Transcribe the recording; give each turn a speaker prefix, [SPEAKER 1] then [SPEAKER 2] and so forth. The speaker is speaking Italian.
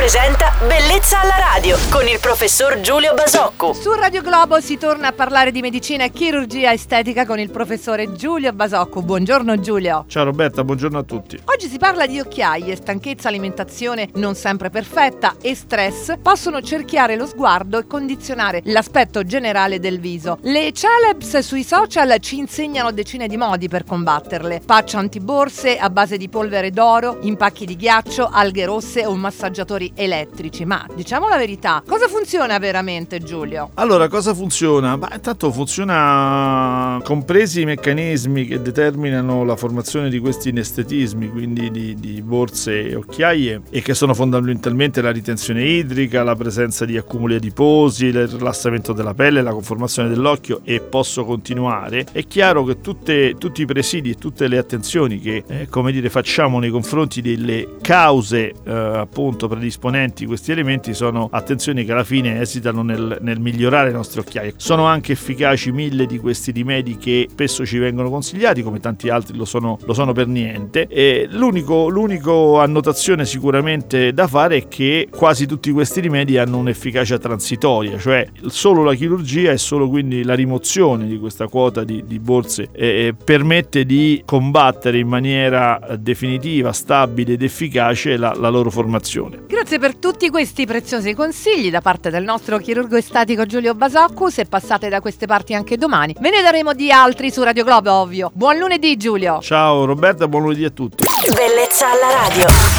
[SPEAKER 1] presenta Bellezza alla radio con il professor Giulio Basocco.
[SPEAKER 2] Su Radio Globo si torna a parlare di medicina e chirurgia estetica con il professore Giulio Basocco. Buongiorno Giulio.
[SPEAKER 3] Ciao Roberta, buongiorno a tutti.
[SPEAKER 2] Oggi si parla di occhiaie, stanchezza, alimentazione non sempre perfetta e stress possono cerchiare lo sguardo e condizionare l'aspetto generale del viso. Le celebs sui social ci insegnano decine di modi per combatterle: patch antiborse a base di polvere d'oro, impacchi di ghiaccio, alghe rosse o massaggiatori elettrici. Ma diciamo la verità, cosa funziona veramente, Giulio?
[SPEAKER 3] Allora, cosa funziona? Intanto funziona compresi i meccanismi che determinano la formazione di questi inestetismi, quindi di borse e occhiaie, e che sono fondamentalmente la ritenzione idrica, la presenza di accumuli adiposi, il rilassamento della pelle, la conformazione dell'occhio, e posso continuare. È chiaro che tutti i presidi e tutte le attenzioni che facciamo nei confronti delle cause appunto predisponenti questi elementi sono attenzioni che alla fine esitano nel migliorare le nostre occhiaie. Sono anche efficaci 1000 di questi rimedi che spesso ci vengono consigliati, come tanti altri lo sono per niente. E l'unico annotazione sicuramente da fare è che quasi tutti questi rimedi hanno un'efficacia transitoria, cioè solo la chirurgia e solo quindi la rimozione di questa quota di borse permette di combattere in maniera definitiva, stabile ed efficace la loro formazione.
[SPEAKER 2] Grazie per tutti questi preziosi consigli da parte del nostro chirurgo estetico Giulio Basocco. Se passate da queste parti anche domani, ve ne daremo di altri su Radio Globo, ovvio. Buon lunedì Giulio.
[SPEAKER 3] Ciao Roberta, buon lunedì a tutti.
[SPEAKER 1] Bellezza alla radio.